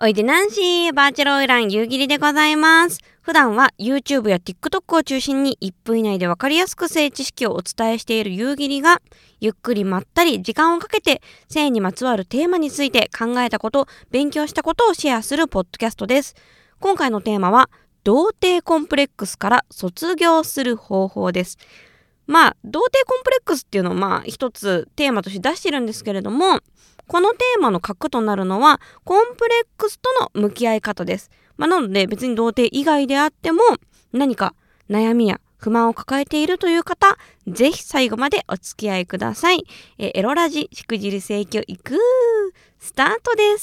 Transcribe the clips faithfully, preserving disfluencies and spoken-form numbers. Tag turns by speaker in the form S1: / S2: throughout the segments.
S1: おいでナンシー、バーチャルオイラン夕霧でございます。普段は YouTube や TikTok を中心にいっぷん以内でわかりやすく性知識をお伝えしている夕霧が、ゆっくりまったり時間をかけて性にまつわるテーマについて考えたこと、勉強したことをシェアするポッドキャストです。今回のテーマは、童貞コンプレックスから卒業する方法です。まあ、童貞コンプレックスっていうのをまあ一つテーマとして出してるんですけれども、このテーマの核となるのはコンプレックスとの向き合い方です。まあ、なので別に童貞以外であっても何か悩みや不満を抱えているという方、ぜひ最後までお付き合いください。えエロラジしくじり性教育スタートです。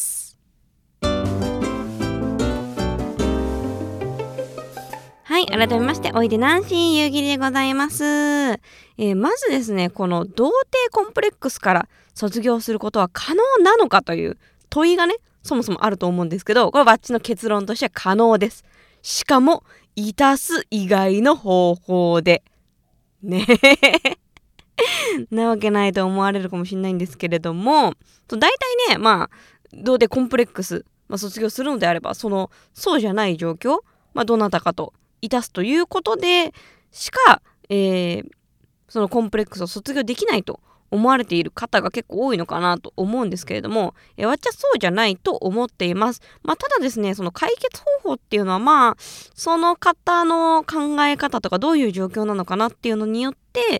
S1: はい、改めましておいでナンシー夕霧でございます。えー、まずですね、この童貞コンプレックスから卒業することは可能なのかという問いがね、そもそもあると思うんですけど、これバッチの結論としては可能です。しかもいたす以外の方法でねなわけないと思われるかもしれないんですけれども、大体ね、まあ童貞コンプレックス、まあ、卒業するのであればそのそうじゃない状況、まあ、どなたかといたすということでしか、えー、そのコンプレックスを卒業できないと思われている方が結構多いのかなと思うんですけれども、えー、わっちゃそうじゃないと思っています。まあ、ただですね、その解決方法っていうのはまあその方の考え方とかどういう状況なのかなっていうのによって、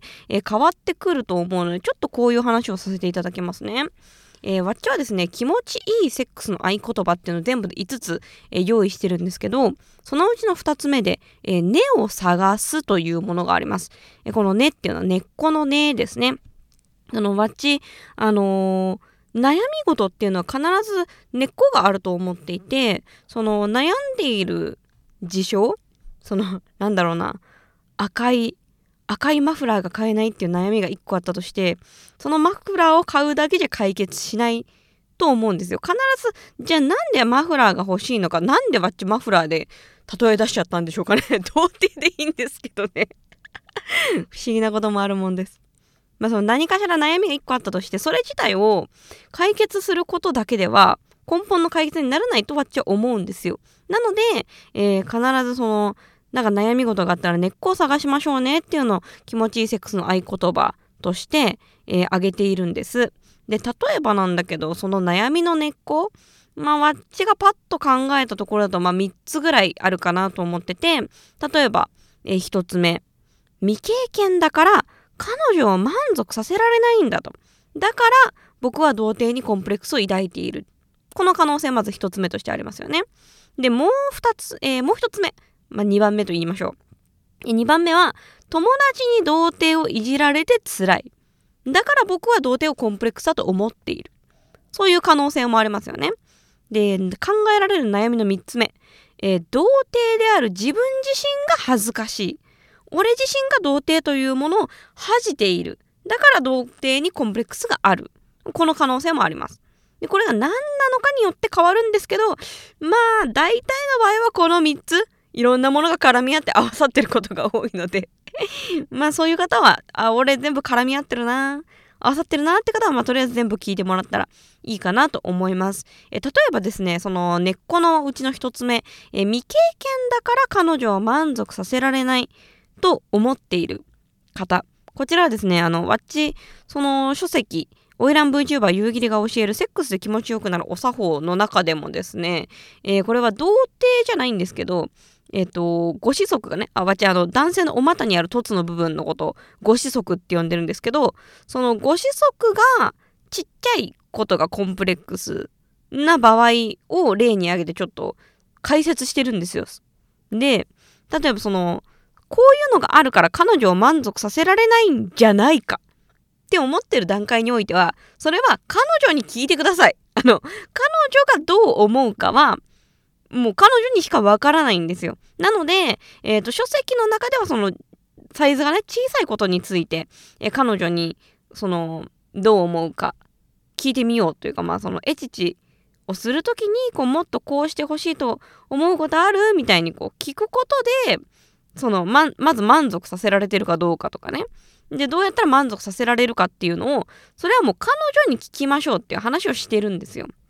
S1: えー、変わってくると思うので、ちょっとこういう話をさせていただきますね。えー、わっちはですね、気持ちいいセックスの合言葉っていうのを全部でいつつ、えー、用意してるんですけど、そのうちのふたつめで、えー、根を探すというものがあります。えー、この根っていうのは根っこの根ですね。あのわっち、あのー、悩み事っていうのは必ず根っこがあると思っていて、その悩んでいる事象、そのなんだろうな、赤い赤いマフラーが買えないっていう悩みがいっこあったとして、そのマフラーを買うだけじゃ解決しないと思うんですよ。必ずじゃあなんでマフラーが欲しいのか、なんでわっちマフラーで例え出しちゃったんでしょうかね。童貞でいいんですけどね不思議なこともあるもんです。まあ、その何かしら悩みがいっこあったとして、それ自体を解決することだけでは根本の解決にならないとわっちは思うんですよ。なので、えー、必ずそのなんか悩み事があったら根っこを探しましょうねっていうのを気持ちいいセックスの合言葉として、えー、挙げているんです。で、例えばなんだけど、その悩みの根っこ、まあわっちがパッと考えたところだとまあみっつぐらいあるかなと思ってて、例えば、えー、ひとつめ、未経験だから彼女を満足させられないんだと。だから僕は童貞にコンプレックスを抱いている。この可能性まずひとつめとしてありますよね。で、もうふたつ、えー、もうひとつめ、まあ、にばんめと言いましょう。にばんめは友達に童貞をいじられて辛い。だから僕は童貞をコンプレックスだと思っている。そういう可能性もありますよね。で、考えられる悩みのみっつめ、えー、童貞である自分自身が恥ずかしい。俺自身が童貞というものを恥じている。だから童貞にコンプレックスがある。この可能性もあります。で、これが何なのかによって変わるんですけど、まあ大体の場合はこのみっつ、いろんなものが絡み合って合わさってることが多いのでまあそういう方は、あ、俺全部絡み合ってるな、合わさってるなって方は、まあとりあえず全部聞いてもらったらいいかなと思います。え例えばですね、その根っこのうちの一つ目、え未経験だから彼女を満足させられないと思っている方、こちらはですね、あのわっちその書籍オイラン VTuber 夕霧が教えるセックスで気持ちよくなるお作法の中でもですね、えー、これは童貞じゃないんですけど、えっと、ご子息がね、あ、わちあの、男性のお股にある凸の部分のことをご子息って呼んでるんですけど、そのご子息がちっちゃいことがコンプレックスな場合を例に挙げてちょっと解説してるんですよ。で、例えばその、こういうのがあるから彼女を満足させられないんじゃないかって思ってる段階においては、それは彼女に聞いてください。あの、彼女がどう思うかは、もう彼女にしかわからないんですよ。なので、えっと、書籍の中ではそのサイズがね、小さいことについて、えー、彼女にそのどう思うか聞いてみようというか、まあそのエチチをするときにこうもっとこうしてほしいと思うことあるみたいにこう聞くことで、そのままず満足させられてるかどうかとかね。で、どうやったら満足させられるかっていうのを、それはもう彼女に聞きましょうっていう話をしてるんですよ。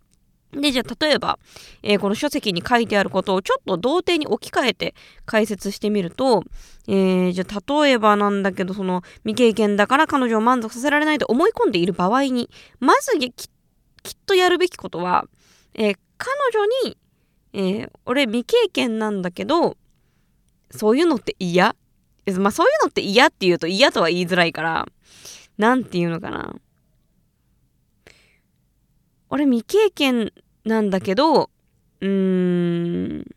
S1: で、じゃあ例えば、えーこの書籍に書いてあることをちょっと童貞に置き換えて解説してみると、えーじゃあ例えばなんだけど、その未経験だから彼女を満足させられないと思い込んでいる場合に、まずき、きっとやるべきことは、えー彼女に、えー俺未経験なんだけど、そういうのって嫌？まあそういうのって嫌って言うと嫌とは言いづらいから、なんていうのかな。俺未経験なんだけど、うーん、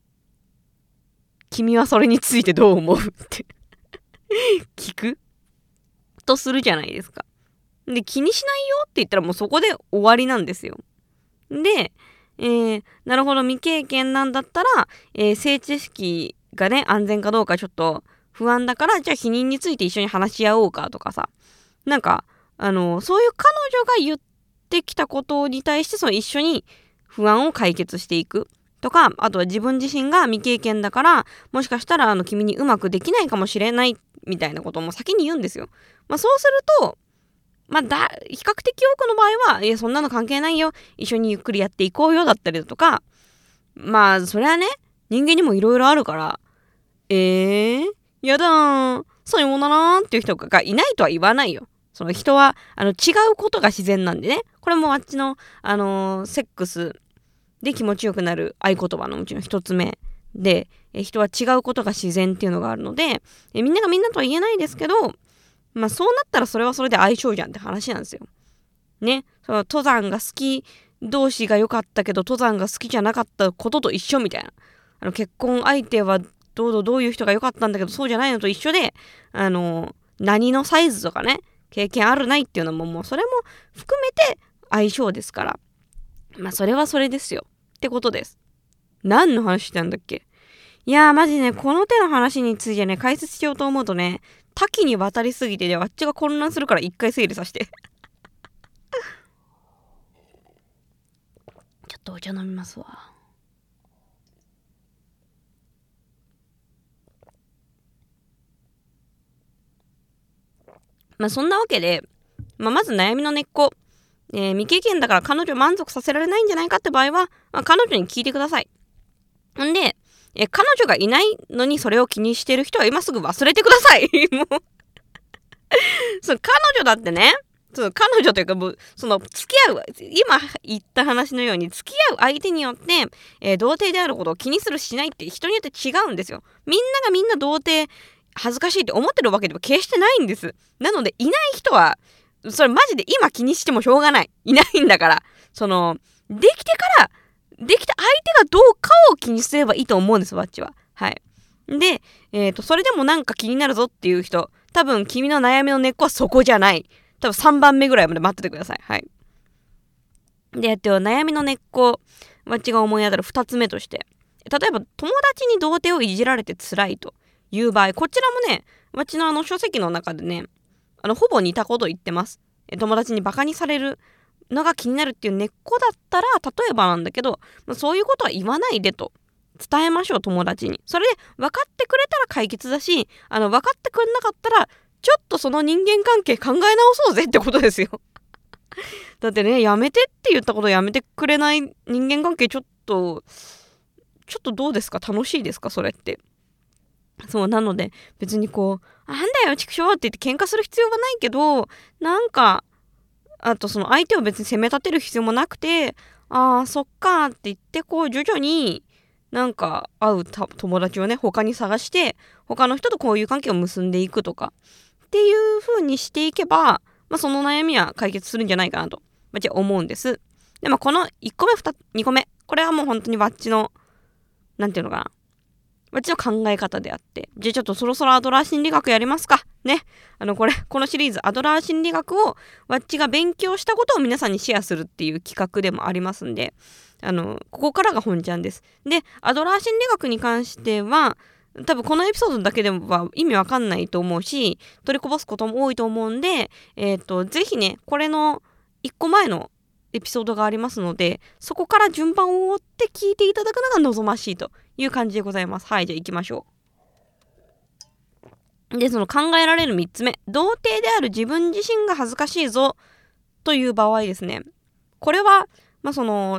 S1: 君はそれについてどう思うって聞くとするじゃないですか。で、気にしないよって言ったらもうそこで終わりなんですよ。で、えー、なるほど、未経験なんだったら、えー、性知識がね、安全かどうかちょっと不安だから、じゃあ否認について一緒に話し合おうかとかさ。なんか、あの、そういう彼女が言ってきたことに対して、その一緒に不安を解決していく。とか、あとは自分自身が未経験だから、もしかしたらあの君にうまくできないかもしれないみたいなことも先に言うんですよ。まあそうすると、まあだ、比較的多くの場合は、いや、そんなの関係ないよ。一緒にゆっくりやっていこうよだったりだとか、まあ、それはね、人間にもいろいろあるから、えー、やだー、さようならーっていう人がいないとは言わないよ。その人は、あの、違うことが自然なんでね。これもあっちの、あのーセックスで気持ちよくなる合言葉のうちの一つ目で、え人は違うことが自然っていうのがあるので、えみんながみんなとは言えないですけど、まあそうなったらそれはそれで相性じゃんって話なんですよ。ね。その登山が好き同士が良かったけど登山が好きじゃなかったことと一緒みたいな。あの結婚相手はどうぞどういう人が良かったんだけどそうじゃないのと一緒で、あの、何のサイズとかね、経験あるないっていうのももうそれも含めて相性ですから。まあそれはそれですよ。ってことです。何の話したんだっけ？いやーマジね、この手の話についてね、解説しようと思うとね、多岐にわたりすぎてね、あっちが混乱するから一回整理させて。ちょっとお茶飲みますわ。まあそんなわけで、まあまず悩みの根っこ、えー未経験だから彼女を満足させられないんじゃないかって場合は、まあ、彼女に聞いてください。んで、えー彼女がいないのにそれを気にしてる人は今すぐ忘れてください。もうそう、彼女だってね、そう、彼女というかもう、その、付き合う、今言った話のように、付き合う相手によって、えー童貞であることを気にするしないって人によって違うんですよ。みんながみんな童貞、恥ずかしいって思ってるわけでは決してないんです。なので、いない人は、それマジで今気にしてもしょうがない。いないんだから。その、できてから、できた相手がどうかを気にすればいいと思うんです、わっちは。はい。で、えっと、それでもなんか気になるぞっていう人、多分君の悩みの根っこはそこじゃない。多分さんばんめぐらいまで待っててください。はい。で、えっと、悩みの根っこ、わっちが思い当たるふたつめとして、例えば友達に童貞をいじられて辛いという場合、こちらもね、わっちのあの書籍の中でね、あの、ほぼ似たこと言ってます。え友達にバカにされるのが気になるっていう根っこだったら、例えばなんだけど、そういうことは言わないでと。伝えましょう、友達に。それで分かってくれたら解決だし、あの、分かってくれなかったら、ちょっとその人間関係考え直そうぜってことですよ。だってね、やめてって言ったことやめてくれない人間関係ちょっと、ちょっとどうですか？楽しいですか？それって。そう、なので、別にこう、なんだよ、畜生って言って喧嘩する必要はないけど、なんか、あとその相手を別に責め立てる必要もなくて、ああ、そっかって言って、こう、徐々に、なんか会う友達をね他に探して他の人と交友関係を結んでいくとかっていう風にしていけば、まあ、その悩みは解決するんじゃないかなと、まあ、じゃあ思うんです。でもこのいっこめにこめこれはもう本当にバッチのなんていうのかなバッチの考え方であって、じゃあちょっとそろそろアドラー心理学やりますかね。あのこれこのシリーズアドラー心理学をわっちが勉強したことを皆さんにシェアするっていう企画でもありますんで、あのここからが本ちゃんです。で、アドラー心理学に関しては多分このエピソードだけでは意味わかんないと思うし取りこぼすことも多いと思うんで、えっとぜひねこれのいっこまえのエピソードがありますので、そこから順番を追って聞いていただくのが望ましいという感じでございます。はい、じゃあ行きましょう。で、その考えられるみっつめ、童貞である自分自身が恥ずかしいぞという場合ですね。これはまあその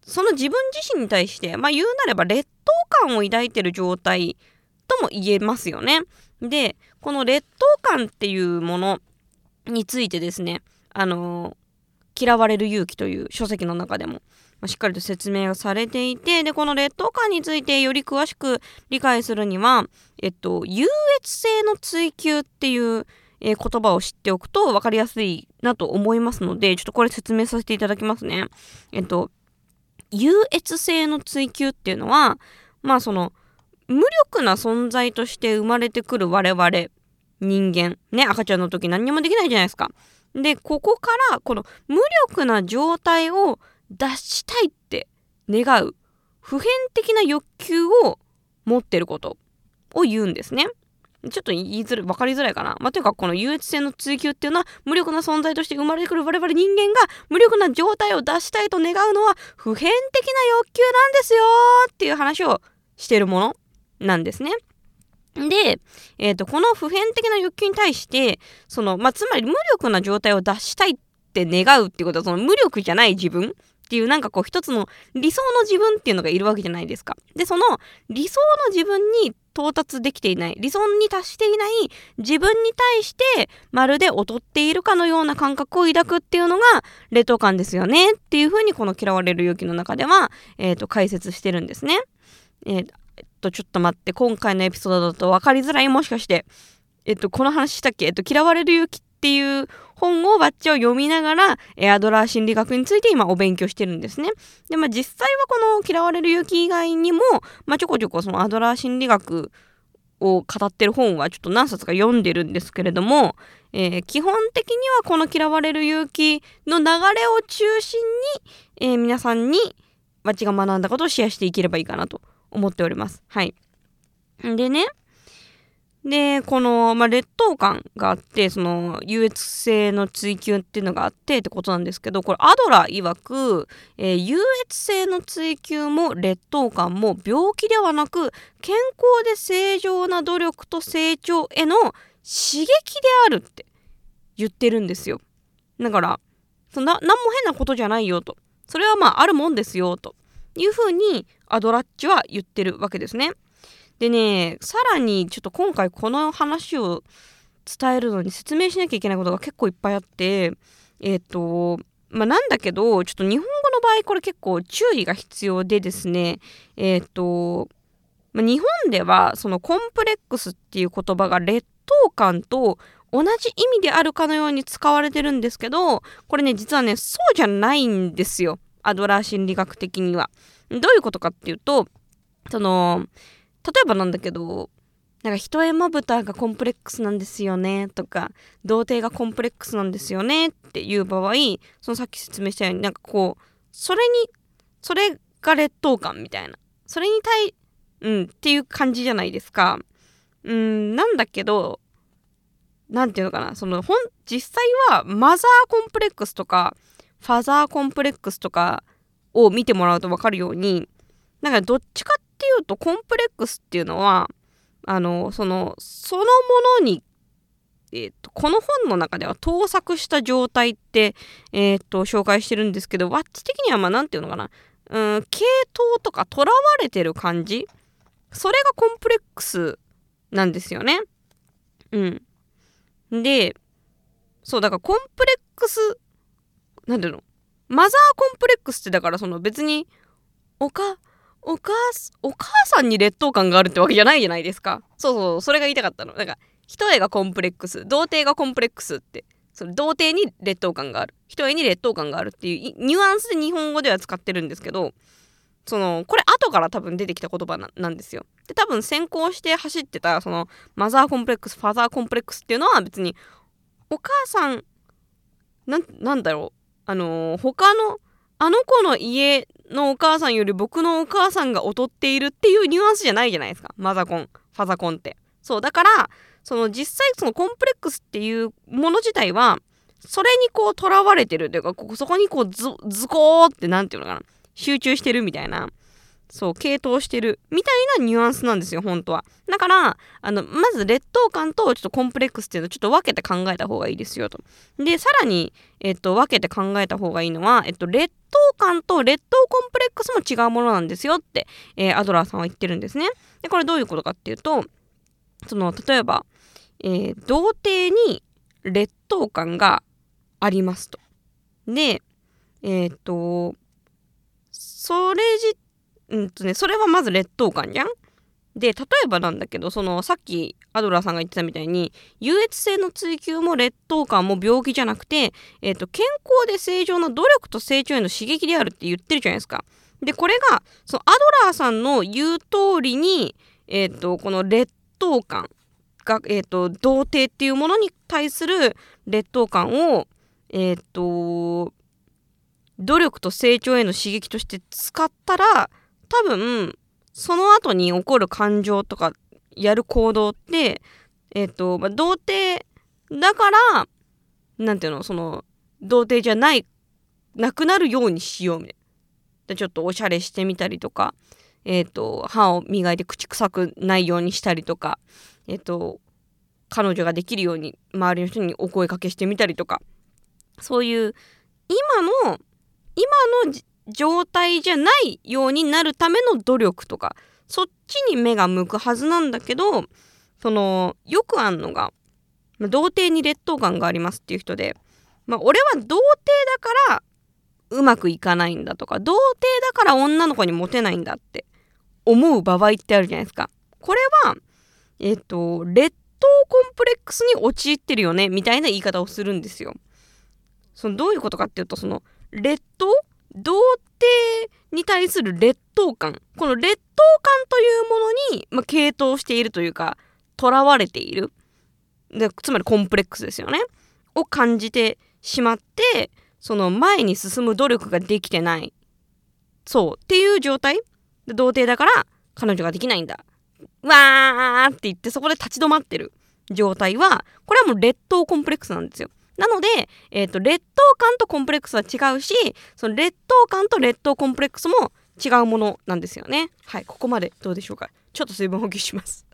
S1: その自分自身に対して、まあ言うなれば劣等感を抱いてる状態とも言えますよね。で、この劣等感っていうものについてですね、あのー、嫌われる勇気という書籍の中でも、まあ、しっかりと説明がされていて、で、この劣等感についてより詳しく理解するには、えっと、優越性の追求っていう、えー、言葉を知っておくと分かりやすいなと思いますので、ちょっとこれ説明させていただきますね。えっと、優越性の追求っていうのは、まあその、無力な存在として生まれてくる我々、人間、ね、赤ちゃんの時何にもできないじゃないですか。で、ここからこの無力な状態を脱したいって願う普遍的な欲求を持ってることを言うんですね。ちょっと言いづらい、分かりづらいかな。まあ、というかこの優越性の追求っていうのは、無力な存在として生まれてくる我々人間が無力な状態を脱したいと願うのは普遍的な欲求なんですよっていう話をしているものなんですね。で、えーと、この普遍的な欲求に対して、その、まあ、つまり無力な状態を脱したいって願うっていうことは、その無力じゃない自分っていうなんかこう一つの理想の自分っていうのがいるわけじゃないですか。で、その理想の自分に到達できていない、理想に達していない自分に対してまるで劣っているかのような感覚を抱くっていうのが劣等感ですよねっていうふうにこの嫌われる勇気の中では、えーと、解説してるんですね。えーえっと、ちょっと待って、今回のエピソードだと分かりづらい、もしかして。えっと、この話したっけえっと、嫌われる勇気っていう本をバッチを読みながら、アドラー心理学について今お勉強してるんですね。で、まあ実際はこの嫌われる勇気以外にも、まあちょこちょこそのアドラー心理学を語ってる本はちょっと何冊か読んでるんですけれども、えー、基本的にはこの嫌われる勇気の流れを中心に、えー、皆さんにバッチが学んだことをシェアしていければいいかなと思っております。はい。でね、で、この、まあ、劣等感があって、その、優越性の追求っていうのがあってってことなんですけど、これ、アドラー曰く、えー、優越性の追求も劣等感も病気ではなく、健康で正常な努力と成長への刺激であるって言ってるんですよ。だから、そんな、なんも変なことじゃないよと。それはまあ、あるもんですよというふうに、アドラッチは言ってるわけですね。でね、さらにちょっと今回この話を伝えるのに説明しなきゃいけないことが結構いっぱいあって、えっと、まあ、なんだけど、ちょっと日本語の場合これ結構注意が必要でですね、えっと、まあ、日本ではそのコンプレックスっていう言葉が劣等感と同じ意味であるかのように使われてるんですけど、これね、実はね、そうじゃないんですよ。アドラー心理学的には。どういうことかっていうと、その、例えばなんだけど、なんか一重まぶたがコンプレックスなんですよねとか、童貞がコンプレックスなんですよねっていう場合、そのさっき説明したようになんかこう、それに、それが劣等感みたいな。それに対、うんっていう感じじゃないですか。うん、なんだけど、なんていうのかな、その、ほん、実際はマザーコンプレックスとか、ファザーコンプレックスとかを見てもらうとわかるように、なんかどっちかっていうとコンプレックスっていうのはあのそのそのものに、えー、とこの本の中では盗作した状態って、えー、と紹介してるんですけど、ワッチ的にはまあなんていうのかな、うん系統とかとらわれてる感じ、それがコンプレックスなんですよね。うんで、そうだからコンプレックスなんていうの、マザーコンプレックスってだからその別におかお母お母さんに劣等感があるってわけじゃないじゃないですか。そうそう、それが言いたかったの。なんか一重がコンプレックス、童貞がコンプレックスって、その童貞に劣等感がある、一重に劣等感があるっていうニュアンスで日本語では使ってるんですけど、そのこれ後から多分出てきた言葉 な, なんですよ。で多分先行して走ってたそのマザーコンプレックス、ファザーコンプレックスっていうのは別にお母さんな ん, なんだろうあのー、他のあの子の家のお母さんより僕のお母さんが劣っているっていうニュアンスじゃないじゃないですか、マザコン、ファザコンって。そうだからその実際そのコンプレックスっていうもの自体はそれにこうとらわれてるというか、ここそこにこうズズコーってなんていうのかな、集中してるみたいなそう傾倒してるみたいなニュアンスなんですよ本当は。だからあのまず劣等感とちょっとコンプレックスっていうのをちょっと分けて考えた方がいいですよと。でさらに、えっと、分けて考えた方がいいのは、えっと、劣等感と劣等コンプレックスも違うものなんですよって、えー、アドラーさんは言ってるんですね。でこれどういうことかっていうと、その例えば、えー、童貞に劣等感がありますと。でえっとそれじうんとね、それはまず劣等感じゃん。で、例えばなんだけど、そのさっきアドラーさんが言ってたみたいに、優越性の追求も劣等感も病気じゃなくて、えっと、健康で正常な努力と成長への刺激であるって言ってるじゃないですか。で、これが、そのアドラーさんの言う通りに、えっと、この劣等感が、えっと、童貞っていうものに対する劣等感を、えっと、努力と成長への刺激として使ったら、多分その後に起こる感情とかやる行動ってえっと、まあ、童貞だからなんていうのその童貞じゃないなくなるようにしようみたいな。でちょっとおしゃれしてみたりとか、えっと歯を磨いて口臭くないようにしたりとか、えっと彼女ができるように周りの人にお声かけしてみたりとか、そういう今の今の状態じゃないようになるための努力とかそっちに目が向くはずなんだけど、そのよくあんのが、まあ、童貞に劣等感がありますっていう人で、まあ、俺は童貞だからうまくいかないんだとか童貞だから女の子にモテないんだって思う場合ってあるじゃないですか。これはえっと劣等コンプレックスに陥ってるよねみたいな言い方をするんですよ。そのどういうことかっていうと、その劣等童貞に対する劣等感、この劣等感というものに、まあ、傾倒しているというか囚われているで、つまりコンプレックスですよねを感じてしまって、その前に進む努力ができてない、そうっていう状態で、童貞だから彼女ができないんだわーって言ってそこで立ち止まってる状態は、これはもう劣等コンプレックスなんですよ。なので、えーと、劣等感とコンプレックスは違うし、その劣等感と劣等コンプレックスも違うものなんですよね。はい、ここまでどうでしょうか。ちょっと水分補給します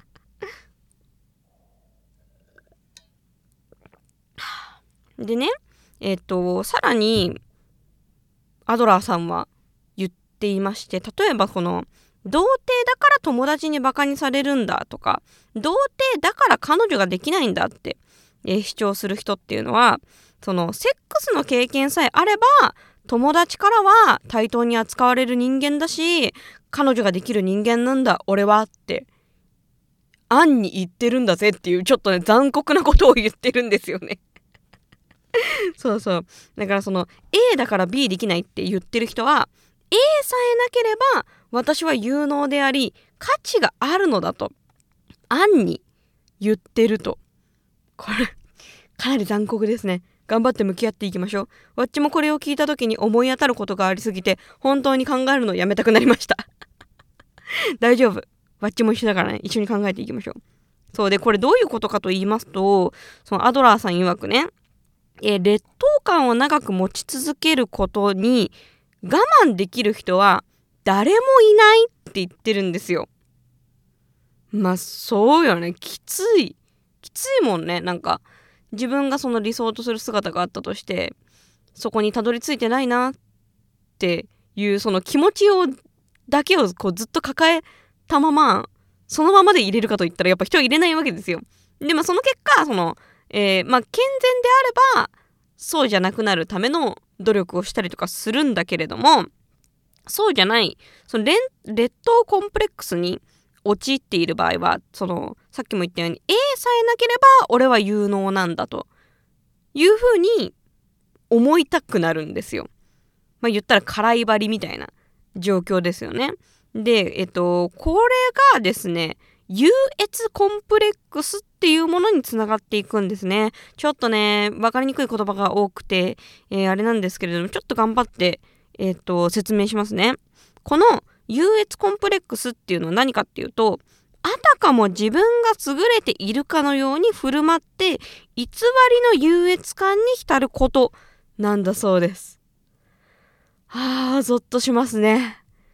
S1: でね、えっとさらにアドラーさんは言っていまして、例えばこの童貞だから友達にバカにされるんだとか、童貞だから彼女ができないんだってえー、主張する人っていうのは、そのセックスの経験さえあれば友達からは対等に扱われる人間だし、彼女ができる人間なんだ俺はって暗に言ってるんだぜっていう、ちょっとね残酷なことを言ってるんですよねそうそう、だからその A だから B できないって言ってる人は A さえなければ私は有能であり価値があるのだと暗に言ってると。これかなり残酷ですね。頑張って向き合っていきましょう。わっちもこれを聞いた時に思い当たることがありすぎて本当に考えるのをやめたくなりました大丈夫、わっちも一緒だからね、一緒に考えていきましょう。そうで、これどういうことかと言いますと、そのアドラーさん曰くね、えー、劣等感を長く持ち続けることに我慢できる人は誰もいないって言ってるんですよ。まあそうよね、きついきついもんね。なんか自分がその理想とする姿があったとしてそこにたどり着いてないなっていうその気持ちをだけをこうずっと抱えたままそのままで入れるかといったらやっぱ人は入れないわけですよ。でまあその結果その、えー、まあ健全であればそうじゃなくなるための努力をしたりとかするんだけれども、そうじゃないその劣等コンプレックスに陥っている場合は、そのさっきも言ったように A さえなければ俺は有能なんだというふうに思いたくなるんですよ。まあ言ったら空い張りみたいな状況ですよね。で、えっとこれがですね、優越コンプレックスっていうものにつながっていくんですね。ちょっとね分かりにくい言葉が多くて、えー、あれなんですけれども、ちょっと頑張ってえっと説明しますね。この優越コンプレックスっていうのは何かっていうと、あたかも自分が優れているかのように振る舞って偽りの優越感に浸ることなんだそうです。はあ、ゾッとしますね。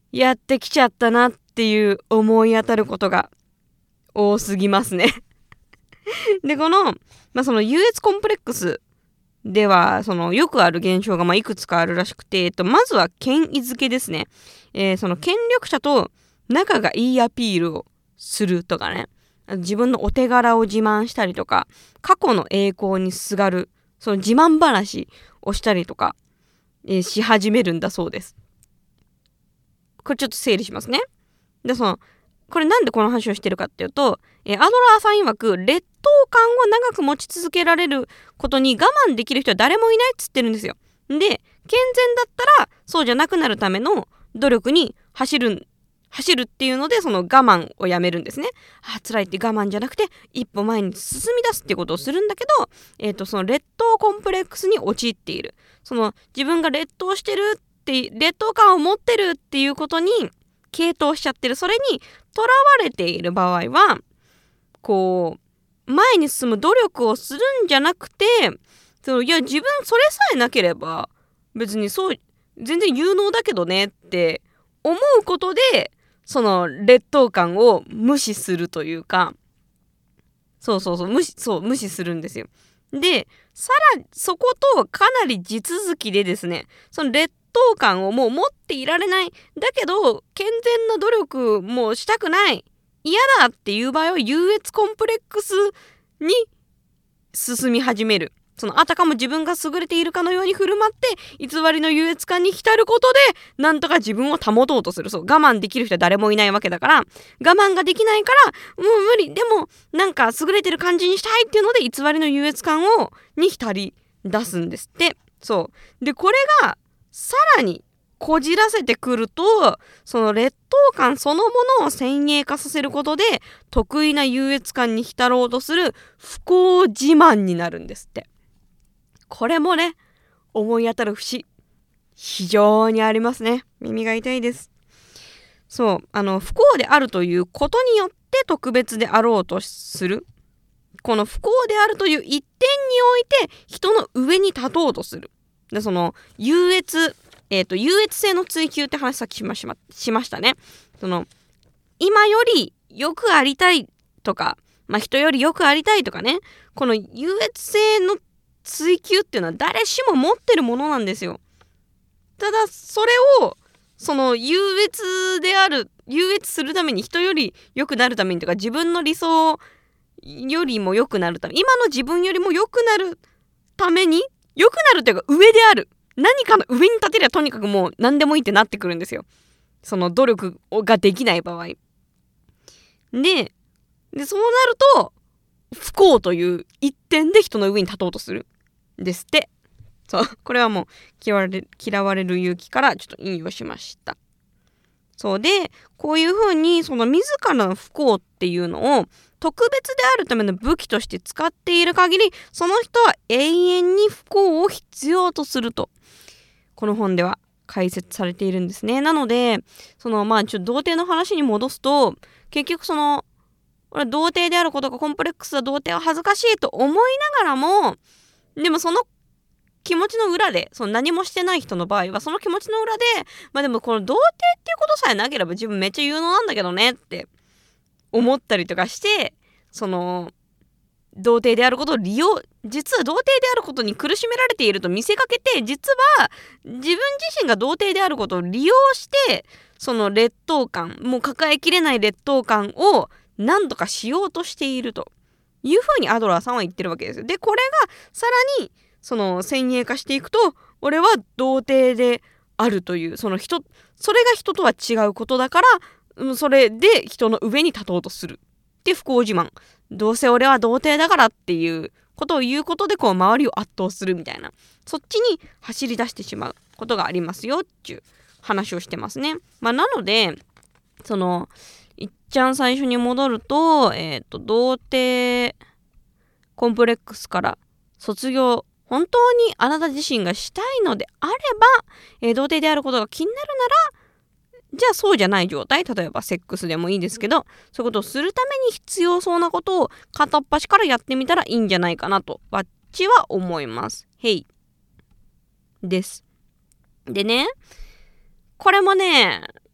S1: やってきちゃったなっていう思い当たることが多すぎますねでこの、まあ、その優越コンプレックスではそのよくある現象がまあいくつかあるらしくて、えっと、まずは権威づけですね、えー、その権力者と仲がいいアピールをするとかね、自分のお手柄を自慢したりとか、過去の栄光にすがるその自慢話をしたりとか、えー、し始めるんだそうです。これちょっと整理しますね。でそのこれなんでこの話をしてるかっていうと、えー、アドラーさん曰く劣等感を長く持ち続けられることに我慢できる人は誰もいないっつってるんですよ。で、健全だったらそうじゃなくなるための努力に走る走るっていうので、その我慢をやめるんですね。あ、辛いって我慢じゃなくて一歩前に進み出すっていうことをするんだけど、えーと、その劣等コンプレックスに陥っている。その自分が劣等してるって劣等感を持ってるっていうことに傾倒しちゃってる、それにとらわれている場合は、こう前に進む努力をするんじゃなくて、そのいや自分それさえなければ別にそう全然有能だけどねって思うことで、その劣等感を無視するというか、そうそうそう無視そう無視するんですよ。で、さらにそことかなり地続きでですね、その劣等感をもう持っていられない、だけど健全な努力もしたくない、嫌だっていう場合は優越コンプレックスに進み始める。そのあたかも自分が優れているかのように振る舞って偽りの優越感に浸ることでなんとか自分を保とうとする。そう、我慢できる人は誰もいないわけだから、我慢ができないからもう無理、でもなんか優れてる感じにしたいっていうので偽りの優越感をに浸り出すんですって。そうで、これがさらにこじらせてくると、その劣等感そのものを先鋭化させることで得意な優越感に浸ろうとする不幸自慢になるんですって。これもね、思い当たる節非常にありますね。耳が痛いです。そう、あの不幸であるということによって特別であろうとする、この不幸であるという一点において人の上に立とうとする。で、その優越、えーと、優越性の追求って話さっきしましま、しましたね。その今よりよくありたいとか、まあ、人よりよくありたいとかね、この優越性の追求っていうのは誰しも持ってるものなんですよ。ただそれをその優越である優越するために、人より良くなるためにとか、自分の理想よりも良くなるため、今の自分よりも良くなるために、良くなるというか上である、何かの上に立てりゃとにかくもう何でもいいってなってくるんですよ。その努力ができない場合で、でそうなると不幸という一点で人の上に立とうとするですって。そう、これはもう嫌われる、嫌われる勇気からちょっと引用しました。そうで、こういうふうにその自らの不幸っていうのを特別であるための武器として使っている限り、その人は永遠に不幸を必要とすると、この本では解説されているんですね。なので、そのまあちょっと童貞の話に戻すと、結局その俺は童貞であることがコンプレックスだ、童貞は恥ずかしいと思いながらも、でもその気持ちの裏で、その何もしてない人の場合はその気持ちの裏で、まあでもこの童貞っていうことさえなければ自分めっちゃ有能なんだけどねって思ったりとかして、その童貞であることを利用、実は童貞であることに苦しめられていると見せかけて、実は自分自身が童貞であることを利用して、その劣等感、もう抱えきれない劣等感を何とかしようとしているというふうにアドラーさんは言ってるわけですよ。で、これがさらにその先鋭化していくと、俺は童貞であるというその人、それが人とは違うことだから、それで人の上に立とうとするって不幸自慢、どうせ俺は童貞だからっていうことを言うことでこう周りを圧倒するみたいな、そっちに走り出してしまうことがありますよっていう話をしてますね。まあ、なのでそのいっちゃん最初に戻ると、えっと童貞コンプレックスから卒業、本当にあなた自身がしたいのであれば、えー、童貞であることが気になるなら、じゃあそうじゃない状態、例えばセックスでもいいですけど、そういうことをするために必要そうなことを片っ端からやってみたらいいんじゃないかなとわっちは思います。へいです。でね、これもね、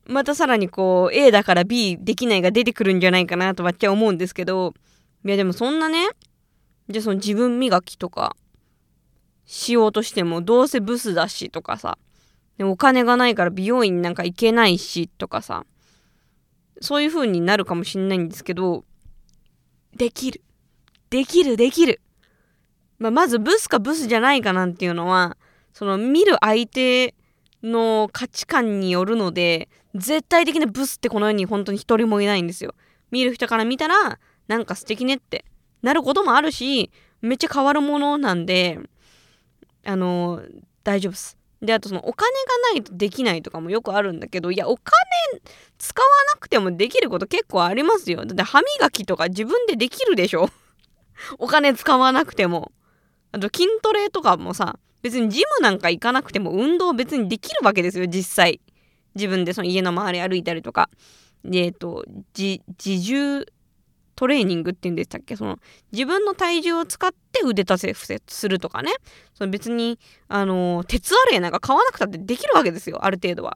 S1: またさらにこう A だから B できないが出てくるんじゃないかなとわっちゃ思うんですけど、いやでもそんなね、じゃあその自分磨きとかしようとしてもどうせブスだしとかさ、でもお金がないから美容院なんか行けないしとかさ、そういう風になるかもしんないんですけど、できるできるできる、まあ、まずブスかブスじゃないかなんていうのはその見る相手の価値観によるので、絶対的なブスってこの世に本当に一人もいないんですよ。見る人から見たらなんか素敵ねってなることもあるし、めっちゃ変わるものなんで、あの大丈夫っす。で、あとそのお金がないとできないとかもよくあるんだけど、いやお金使わなくてもできること結構ありますよ。だって歯磨きとか自分でできるでしょお金使わなくても。あと筋トレとかもさ、別にジムなんか行かなくても運動別にできるわけですよ、実際。自分でその家の周り歩いたりとか。で、えっと、自重トレーニングって言うんでしたっけ、その自分の体重を使って腕立て伏せするとかね。その別に、あのー、鉄アレイなんか買わなくたってできるわけですよ、ある程度は。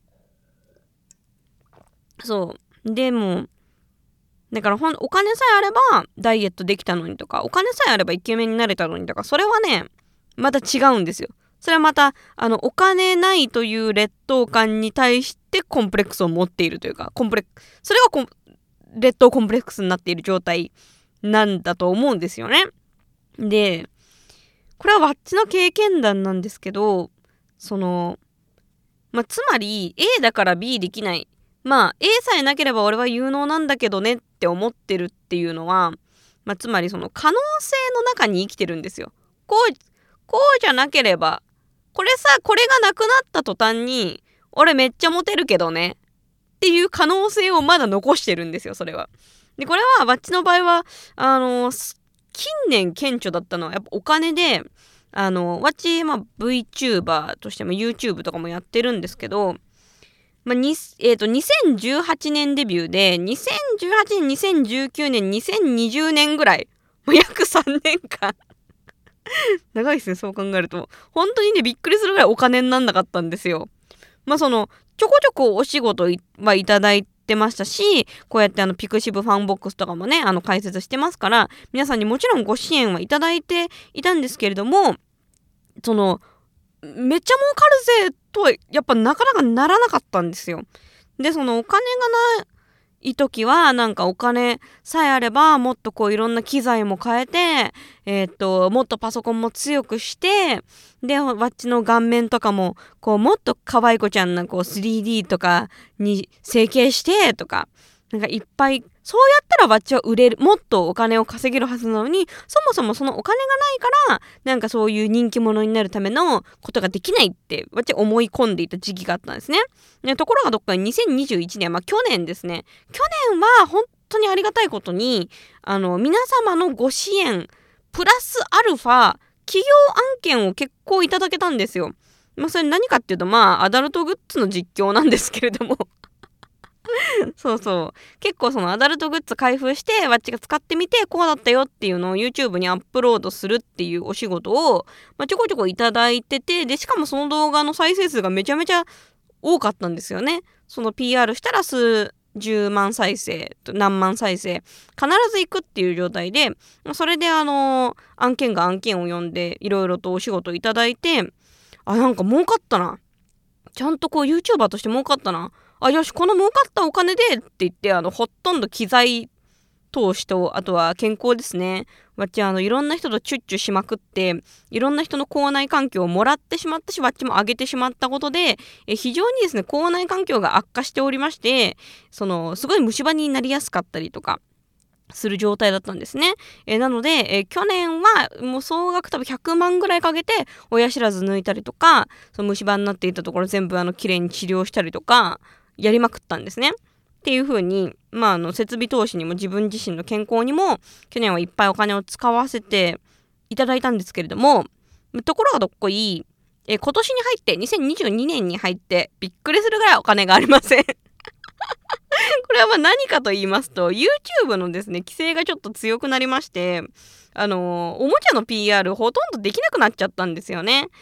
S1: そう。でも、だからほんお金さえあればダイエットできたのにとか、お金さえあればイケメンになれたのにとか、それはねまた違うんですよ。それはまたあのお金ないという劣等感に対してコンプレックスを持っているというか、コンプレックスそれがコン劣等コンプレックスになっている状態なんだと思うんですよね。で、これはわっちの経験談なんですけど、そのまあつまり A だから B できない、まあ A さえなければ俺は有能なんだけどねって思ってるっていうのは、まあ、つまりその可能性の中に生きてるんですよ。こうこうじゃなければ、これさ、これがなくなった途端に俺めっちゃモテるけどねっていう可能性をまだ残してるんですよ、それは。で、これはわっちの場合はあの近年顕著だったのはやっぱお金で、あのわっち、まあ、VTuber としても YouTube とかもやってるんですけど、まあにえー、とにせんじゅうはちねんデビューでにせんじゅうはちねんにせんじゅうきゅうねんにせんにじゅうねんぐらい、もう約さんねんかん長いですね、そう考えると。本当にねびっくりするぐらいお金になんなかったんですよ。まあそのちょこちょこお仕事はいただいてましたし、こうやってあのピクシブファンボックスとかもねあの解説してますから、皆さんにもちろんご支援はいただいていたんですけれども、そのめっちゃ儲かるぜとはやっぱなかなかならなかったんですよ。で、そのお金がない時はなんかお金さえあればもっとこういろんな機材も変えて、えー、っともっとパソコンも強くして、でわっちの顔面とかもこうもっと可愛い子ちゃんなこう スリーディー とかに整形してとか、なんかいっぱいそうやったらわっちは売れる、もっとお金を稼げるはずなのに、そもそもそのお金がないからなんかそういう人気者になるためのことができないってわっちは思い込んでいた時期があったんですね。でところがどっかににせんにじゅういちねん、まあ去年ですね、去年は本当にありがたいことにあの皆様のご支援プラスアルファ企業案件を結構いただけたんですよ。まあそれ何かっていうと、まあアダルトグッズの実況なんですけれどもそうそう、結構そのアダルトグッズ開封してわっちが使ってみてこうだったよっていうのを YouTube にアップロードするっていうお仕事を、まあ、ちょこちょこいただいてて、でしかもその動画の再生数がめちゃめちゃ多かったんですよね。その ピーアール したら数十万再生と何万再生必ず行くっていう状態で、それであの案件が案件を呼んでいろいろとお仕事いただいて、あ、なんか儲かったな、ちゃんとこう YouTuber として儲かったな、あ、よしこの儲かったお金でって言って、あのほとんど機材投資と、あとは健康ですね。わっちあのいろんな人とチュッチュしまくって、いろんな人の口内環境をもらってしまったし、わっちも上げてしまったことで、え非常にですね口内環境が悪化しておりまして、そのすごい虫歯になりやすかったりとかする状態だったんですね。えなので、え去年はもう総額多分ひゃくまんぐらいかけて親知らず抜いたりとか、その虫歯になっていたところ全部あの綺麗に治療したりとかやりまくったんですね。っていう風に、まあ、あの設備投資にも自分自身の健康にも去年はいっぱいお金を使わせていただいたんですけれども、ところがどっこい、え今年に入ってにせんにじゅうにねんに入ってびっくりするぐらいお金がありませんこれはまあ何かと言いますと、 YouTube のですね規制がちょっと強くなりまして、あのー、おもちゃの ピーアール ほとんどできなくなっちゃったんですよね。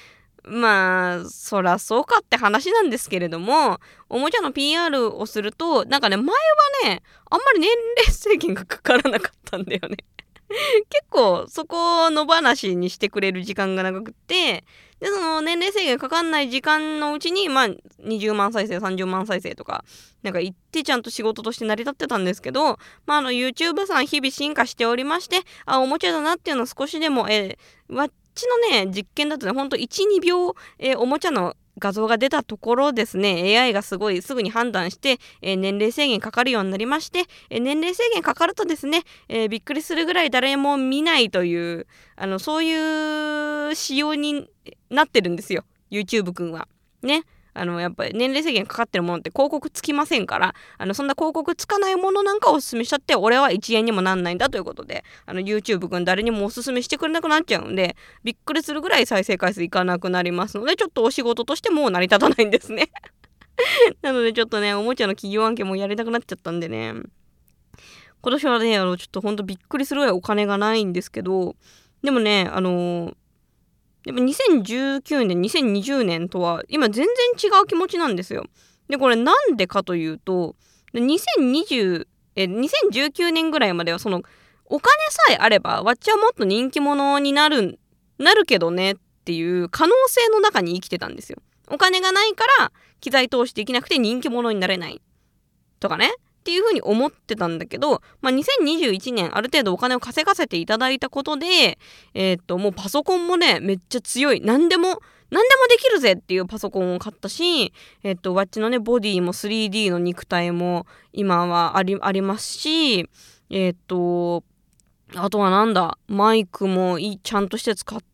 S1: まあそらそうかって話なんですけれども、おもちゃの ピーアール をするとなんかね、前はねあんまり年齢制限がかからなかったんだよね結構そこを野放しにしてくれる時間が長くて、でその年齢制限かかんない時間のうちにまあにじゅうまん再生さんじゅうまん再生とかなんか言ってちゃんと仕事として成り立ってたんですけど、まああの YouTube さん日々進化しておりまして、あおもちゃだなっていうのを少しでもえー、わっちのね実験だとねほんといちにびょう、えー、おもちゃの画像が出たところですね エーアイ がすごいすぐに判断して、えー、年齢制限かかるようになりまして、えー、年齢制限かかるとですね、えー、びっくりするぐらい誰も見ないというあのそういう仕様になってるんですよ YouTube くんはね。あのやっぱり年齢制限かかってるものって広告つきませんから、あのそんな広告つかないものなんかおすすめしちゃって俺はいちえんにもなんないんだということで、あの YouTube くん誰にもおすすめしてくれなくなっちゃうんで、びっくりするぐらい再生回数いかなくなりますので、ちょっとお仕事としてもう成り立たないんですねなのでちょっとねおもちゃの企業案件もやりたくなっちゃったんでね、今年はねあのちょっとほんとびっくりするぐらいお金がないんですけど、でもねあのーやっぱにせんじゅうきゅうねんにせんにじゅうねんとは今全然違う気持ちなんですよ。でこれなんでかというとにせんにじゅうえにせんじゅうきゅうねんぐらいまではそのお金さえあればわっちはもっと人気者になるなるけどねっていう可能性の中に生きてたんですよ。お金がないから機材投資できなくて人気者になれないとかねっていう風に思ってたんだけど、まあ、にせんにじゅういちねんある程度お金を稼がせていただいたことで、えー、っともうパソコンもねめっちゃ強い、何でも何でもできるぜっていうパソコンを買ったし、えー、っとわっちのねボディも スリーディー の肉体も今はあり、ありますし、えー、っとあとはなんだマイクもいいちゃんとして使って、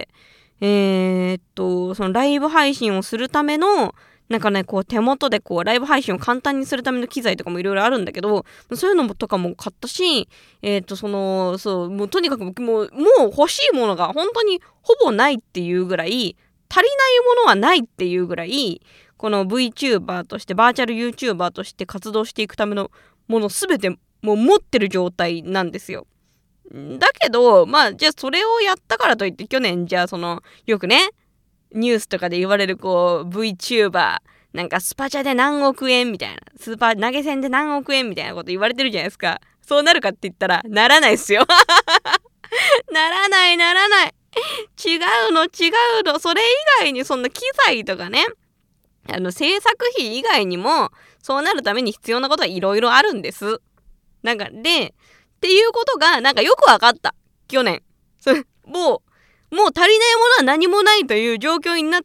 S1: えー、っとそのライブ配信をするためのなんかねこう手元でこうライブ配信を簡単にするための機材とかもいろいろあるんだけど、そういうのとかも買ったし、えっとそのそうもうとにかくもうもう欲しいものが本当にほぼないっていうぐらい、足りないものはないっていうぐらい、この VTuber としてバーチャル YouTuber として活動していくためのものすべてもう持ってる状態なんですよ。だけどまあじゃあそれをやったからといって去年じゃあそのよくねニュースとかで言われるこう VTuber なんかスパチャで何億円みたいな、スーパー投げ銭で何億円みたいなこと言われてるじゃないですか。そうなるかって言ったらならないっすよならないならない違うの違うの。それ以外にそんな機材とかねあの制作費以外にもそうなるために必要なことはいろいろあるんです。なんかでっていうことがなんかよくわかった去年。もうもう足りないものは何もないという状況になって、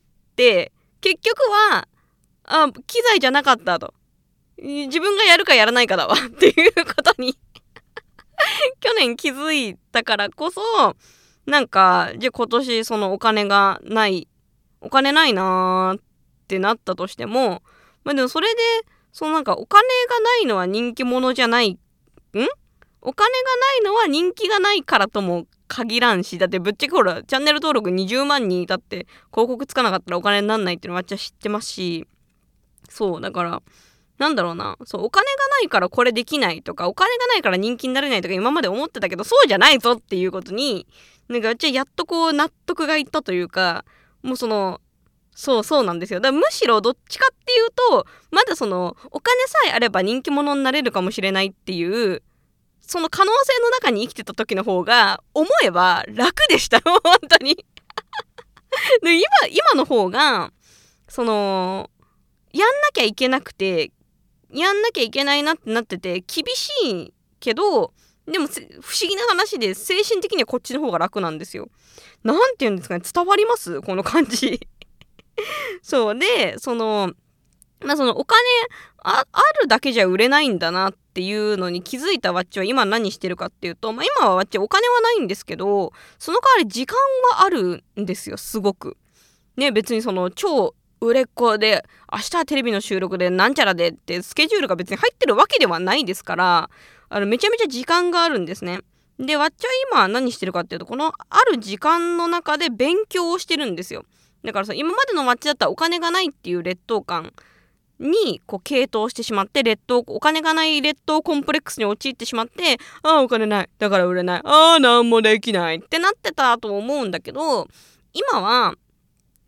S1: 結局はあ機材じゃなかったと、自分がやるかやらないかだわっていうことに去年気づいたからこそ、なんかじゃあ今年そのお金がないお金ないなーってなったとしても、まあでもそれでそのなんかお金がないのは人気者じゃないんお金がないのは人気がないからとも限らんし、だってぶっちゃけほらチャンネル登録にじゅうまんにんいたって広告つかなかったらお金になんないっていうの私は知ってますし、そうだからなんだろうな、そうお金がないからこれできないとかお金がないから人気になれないとか今まで思ってたけど、そうじゃないぞっていうことになんか私はやっとこう納得がいったというか、もうそのそうそうなんですよ。だからむしろどっちかっていうとまだそのお金さえあれば人気者になれるかもしれないっていうその可能性の中に生きてた時の方が思えば楽でしたよ本当にで今今の方がそのやんなきゃいけなくてやんなきゃいけないなってなってて厳しいけど、でも不思議な話で精神的にはこっちの方が楽なんですよ。なんて言うんですかね、伝わりますこの感じそうでそのまあそのお金 あ, あるだけじゃ売れないんだなっていうのに気づいたわっちは今何してるかっていうと、まあ、今はわっちお金はないんですけどその代わり時間はあるんですよ。すごくね、別にその超売れっ子で明日はテレビの収録でなんちゃらでってスケジュールが別に入ってるわけではないですから、あのめちゃめちゃ時間があるんですね。でわっちは今何してるかっていうとこのある時間の中で勉強をしてるんですよ。だからさ今までのわっちだったらお金がないっていう劣等感にこう傾倒してしまって劣等お金がない劣等コンプレックスに陥ってしまって、ああお金ないだから売れない、ああなんもできないってなってたと思うんだけど、今は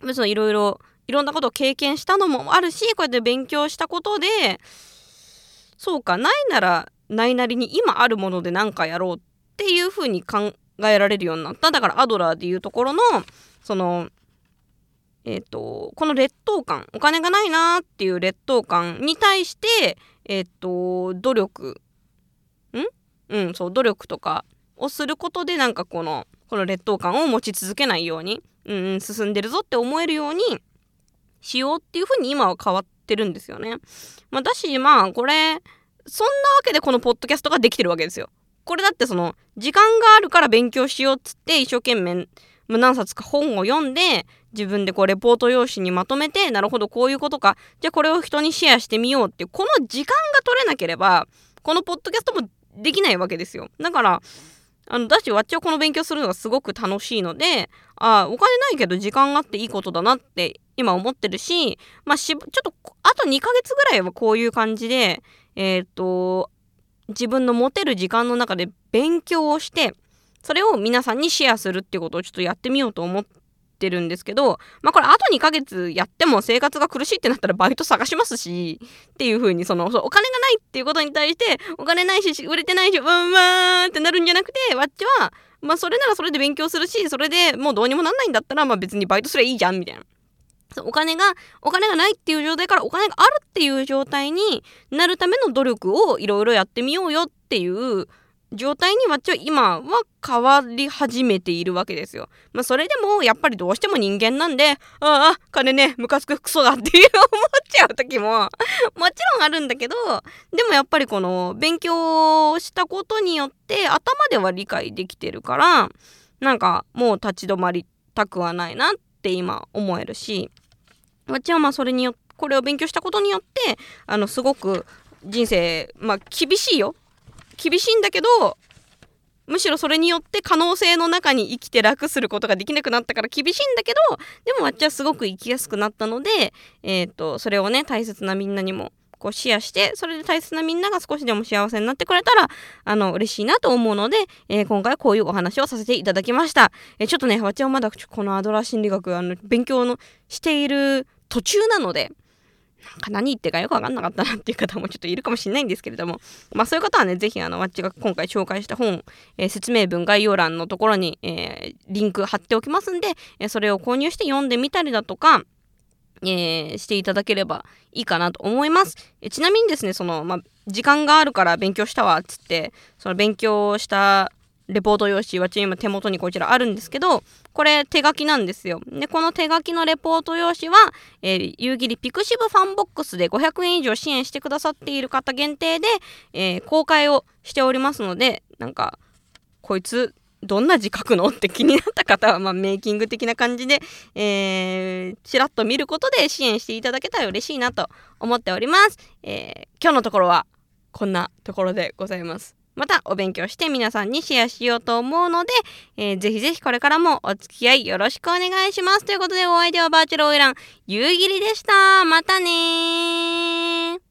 S1: 別にいろいろいろんなことを経験したのもあるし、こうやって勉強したことで、そうか、ないならないなりに今あるもので何かやろうっていう風に考えられるようになった。だからアドラーでいうところのそのえっとこの劣等感、お金がないなっていう劣等感に対してえっと努力んうんそう努力とかをすることで、なんかこのこの劣等感を持ち続けないように、うん、うん、進んでるぞって思えるようにしようっていう風に今は変わってるんですよね。まあ、だしまあこれそんなわけでこのポッドキャストができてるわけですよ。これだってその時間があるから勉強しようっつって一生懸命何冊か本を読んで自分でこうレポート用紙にまとめて、なるほどこういうことか、じゃあこれを人にシェアしてみようっていうこの時間が取れなければこのポッドキャストもできないわけですよ。だからあのだしわっちはこの勉強するのがすごく楽しいので、あお金ないけど時間があっていいことだなって今思ってるし、まあしちょっとあとにかげつぐらいはこういう感じでえっと自分の持てる時間の中で勉強をして、それを皆さんにシェアするっていうことをちょっとやってみようと思ってるんですけど、まあこれあとにかげつやっても生活が苦しいってなったらバイト探しますしっていう風に、そのそうお金がないっていうことに対してお金ないし売れてないしうんわーってなるんじゃなくて、わっちはまあそれならそれで勉強するし、それでもうどうにもなんないんだったらまあ別にバイトすればいいじゃんみたいな。お金がお金がないっていう状態からお金があるっていう状態になるための努力をいろいろやってみようよっていう状態にわっちは今は変わり始めているわけですよ。まあそれでもやっぱりどうしても人間なんで、ああ金ねムカつくクソだっていう思っちゃう時ももちろんあるんだけど、でもやっぱりこの勉強したことによって頭では理解できてるから、なんかもう立ち止まりたくはないなって今思えるし、私はまあそれによってこれを勉強したことによってあのすごく人生まあ厳しいよ厳しいんだけど、むしろそれによって可能性の中に生きて楽することができなくなったから厳しいんだけど、でも私はすごく生きやすくなったので、えーとそれをね大切なみんなにもこうシェアして、それで大切なみんなが少しでも幸せになってくれたらあの嬉しいなと思うので、えー、今回こういうお話をさせていただきました。えー、ちょっとね私はまだこのアドラー心理学あの勉強のしている途中なので、なんか何言ってかよく分かんなかったなっていう方もちょっといるかもしれないんですけれども、まあそういう方はねぜひあのわっちが今回紹介した本、えー、説明文概要欄のところに、えー、リンク貼っておきますんで、えー、それを購入して読んでみたりだとかえー、していただければいいかなと思います。えちなみにですね、その、まあ、時間があるから勉強したわっつってその勉強したレポート用紙は今手元にこちらあるんですけど、これ手書きなんですよ。でこの手書きのレポート用紙は、えー、夕霧ピクシブファンボックスでごひゃくえん以上支援してくださっている方限定で、えー、公開をしておりますので、なんかこいつどんな字書くのって気になった方は、まあ、メイキング的な感じで、えー、ちらっと見ることで支援していただけたら嬉しいなと思っております。えー、今日のところはこんなところでございます。またお勉強して皆さんにシェアしようと思うので、えー、ぜひぜひこれからもお付き合いよろしくお願いします。ということでお相手はバーチャルオイラン夕霧でした。またねー。